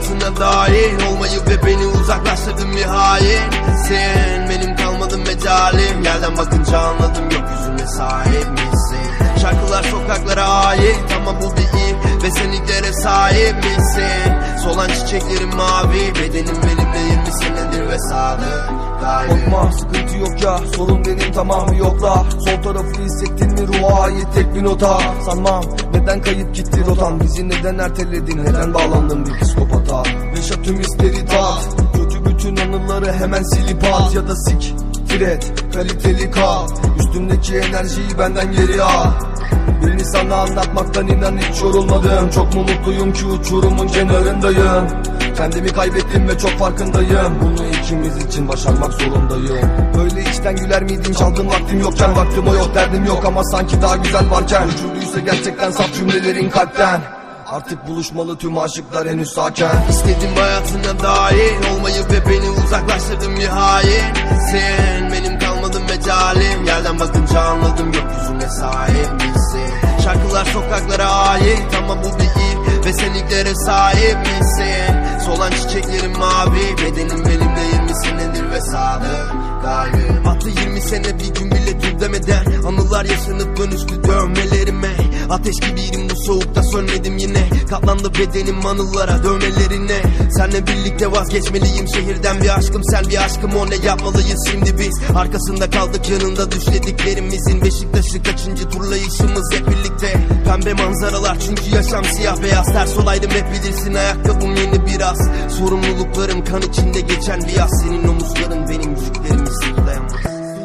hayatına dahil olmayı ve beni uzaklaştırdın bir hainsin. Benim kalmadı mecalim, yerden bakınca anladım gökyüzüne sahip misin? Şarkılar sokaklara ait ama bu değil ve sen ilklere sahip misin? Solan çiçeklerim mavi, bedenim benimle 20 senedir ve sadık kalbim. Korkma, sıkıntı yok ya, sorun benim tamamı yokla. Sol tarafı hissettin mi ruha ait tek bir nota. Sanmam neden kayıp gitti rotan, bizi neden erteledin, neden bağlandın bir psikopata. Yaşa tüm hisleri tat, kötü bütün anıları hemen silip at. Ya da siktir et, kaliteli kal, üstümdeki enerjiyi benden geri al. Birini sana anlatmaktan inan hiç yorulmadım. Çok mu mutluyum ki uçurumun kenarındayım. Kendimi kaybettim ve çok farkındayım. Bunu ikimiz için başarmak zorundayım. Böyle içten güler miydin çaldığın vaktim yokken? Vaktim o yok, derdim yok ama sanki daha güzel varken. Uçurduysa gerçekten saf cümlelerin kalpten. Artık buluşmalı tüm aşıklar henüz sakin. İstedim hayatına dahil olmayı ve beni uzaklaştırdın bir hainsin. Benim kalmadı mecalim, yerden bakınca anladım gökyüzüne sahip misin? Şarkılar sokaklara ait ama bu değil ve sen ilklere sahip misin? Solan çiçeklerim mavi, bedenim benimle 20 senedir ve sadık kalbim. Attı 20 sene bir gün bile dur demeden, anılar yaşanıp dönüştü dövmelerime. Ateş gibiydim bu soğukta, sönmedim yine. Katlandı bedenim anılara, dövmelerine. Seninle birlikte vazgeçmeliyim şehirden bir aşkım, sen bir aşkım, o ne yapmalıyız şimdi biz? Arkasında kaldık yanında düşlediklerimizin. Beşiktaş'ı kaçıncı turlayışımız hep birlikte. Pembe manzaralar çünkü yaşam siyah beyaz. Ters olaydım hep bilirsin, ayakkabım yeni biraz. Sorumluluklarım kan içinde geçen bir yaz. Senin omuzların benim yüklerimi sırtlayamaz.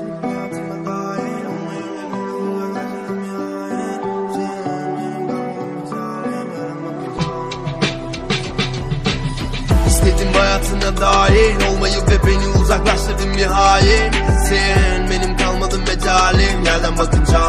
İstedim hayatına dahil olmayı ve beni uzaklaştırdın bir hainsin. Benim kalmadı mecalim, yerden bakınca